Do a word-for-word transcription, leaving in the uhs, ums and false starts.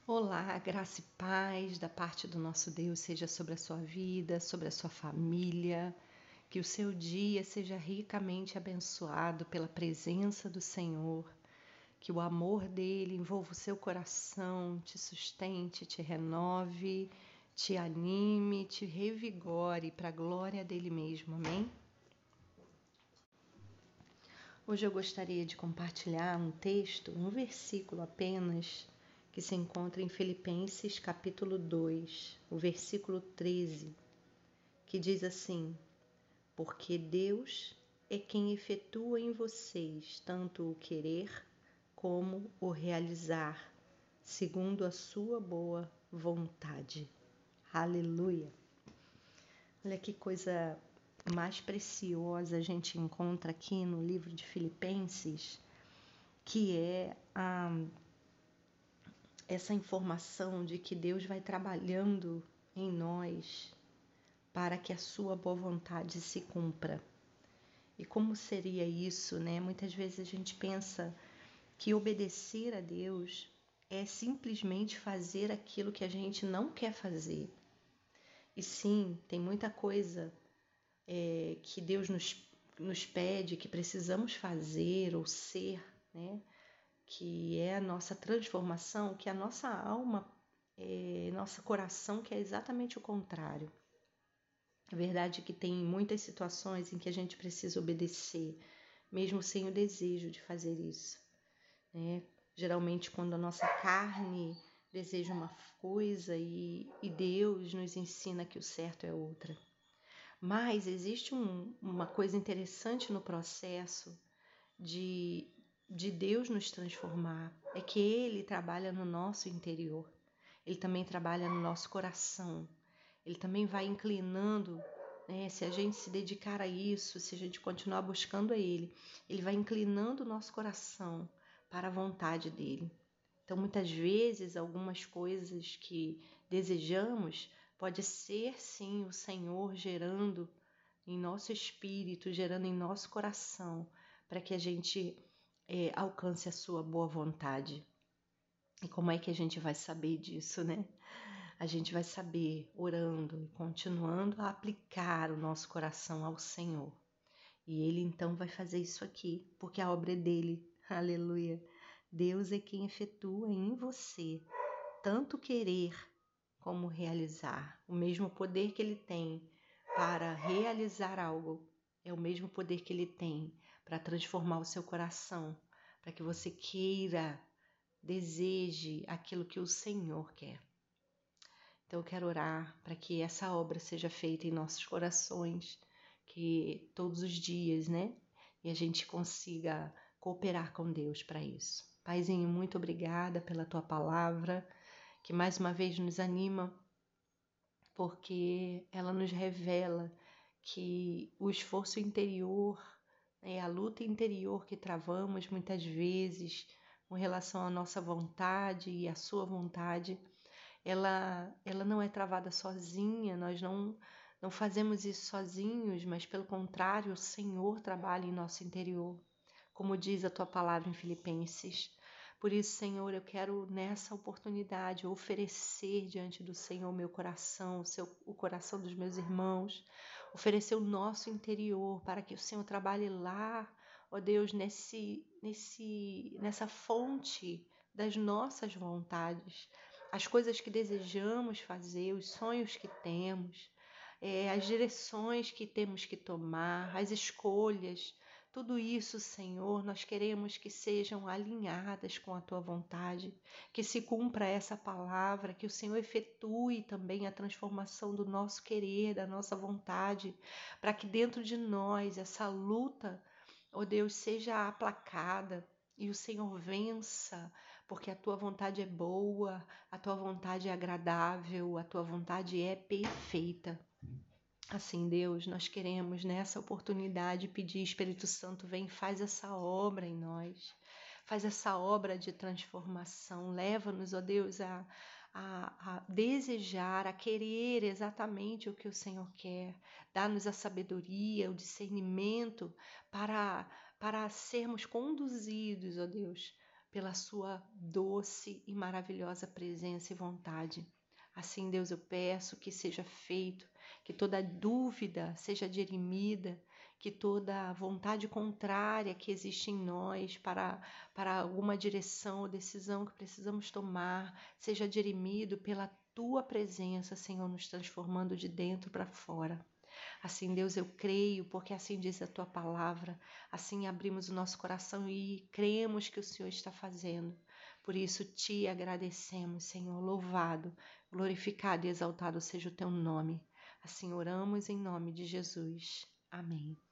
Olá, graça e paz da parte do nosso Deus seja sobre a sua vida, sobre a sua família, que o seu dia seja ricamente abençoado pela presença do Senhor, que o amor dele envolva o seu coração, te sustente, te renove, te anime, te revigore para a glória dele mesmo, amém? Hoje eu gostaria de compartilhar um texto, um versículo apenas, que se encontra em Filipenses capítulo dois, o versículo treze, que diz assim: porque Deus é quem efetua em vocês tanto o querer como o realizar, segundo a sua boa vontade. Aleluia! Olha que coisa mais preciosa a gente encontra aqui no livro de Filipenses, que é a, essa informação de que Deus vai trabalhando em nós para que a sua boa vontade se cumpra. E como seria isso, né? Muitas vezes a gente pensa que obedecer a Deus é simplesmente fazer aquilo que a gente não quer fazer. E sim, tem muita coisa é, que Deus nos, nos pede, que precisamos fazer ou ser, né? Que é a nossa transformação, que a nossa alma, é, nosso coração quer exatamente o contrário. É verdade que tem muitas situações em que a gente precisa obedecer, mesmo sem o desejo de fazer isso, né? Geralmente quando a nossa carne deseja uma coisa e, e Deus nos ensina que o certo é outra. Mas existe um, uma coisa interessante no processo de, de Deus nos transformar, é que Ele trabalha no nosso interior, Ele também trabalha no nosso coração, Ele também vai inclinando, né, se a gente se dedicar a isso, se a gente continuar buscando a Ele, Ele vai inclinando o nosso coração para a vontade dEle. Então, muitas vezes, algumas coisas que desejamos, pode ser sim o Senhor gerando em nosso espírito, gerando em nosso coração, para que a gente é, alcance a sua boa vontade. E como é que a gente vai saber disso, né? A gente vai saber orando e continuando a aplicar o nosso coração ao Senhor. E Ele então vai fazer isso aqui, porque a obra é dele. Aleluia! Deus é quem efetua em você tanto querer como realizar. O mesmo poder que Ele tem para realizar algo é o mesmo poder que Ele tem para transformar o seu coração, para que você queira, deseje aquilo que o Senhor quer. Então eu quero orar para que essa obra seja feita em nossos corações, que todos os dias, né? E a gente consiga cooperar com Deus para isso. Paizinho, muito obrigada pela tua palavra, que mais uma vez nos anima, porque ela nos revela que o esforço interior, né, a luta interior que travamos muitas vezes com relação à nossa vontade e à sua vontade, ela, ela não é travada sozinha, nós não, não fazemos isso sozinhos, mas pelo contrário, o Senhor trabalha em nosso interior, como diz a tua palavra em Filipenses. Por isso, Senhor, eu quero nessa oportunidade oferecer diante do Senhor meu coração, o, seu, o coração dos meus irmãos, oferecer o nosso interior para que o Senhor trabalhe lá, ó Deus, nesse, nesse, nessa fonte das nossas vontades, as coisas que desejamos fazer, os sonhos que temos, é, as direções que temos que tomar, as escolhas, tudo isso, Senhor, nós queremos que sejam alinhadas com a Tua vontade, que se cumpra essa palavra, que o Senhor efetue também a transformação do nosso querer, da nossa vontade, para que dentro de nós essa luta, ó Deus, seja aplacada e o Senhor vença, porque a Tua vontade é boa, a Tua vontade é agradável, a Tua vontade é perfeita. Assim, Deus, nós queremos nessa oportunidade pedir, Espírito Santo, vem, faz essa obra em nós, faz essa obra de transformação, leva-nos, ó Deus, a, a, a desejar, a querer exatamente o que o Senhor quer, dá-nos a sabedoria, o discernimento para, para sermos conduzidos, ó Deus, pela sua doce e maravilhosa presença e vontade. Assim, Deus, eu peço que seja feito, que toda dúvida seja dirimida, que toda vontade contrária que existe em nós para, para alguma direção ou decisão que precisamos tomar, seja dirimido pela tua presença, Senhor, nos transformando de dentro para fora. Assim, Deus, eu creio, porque assim diz a tua palavra, assim abrimos o nosso coração e cremos que o Senhor está fazendo. Por isso te agradecemos, Senhor, louvado, glorificado e exaltado seja o teu nome. Assim oramos em nome de Jesus. Amém.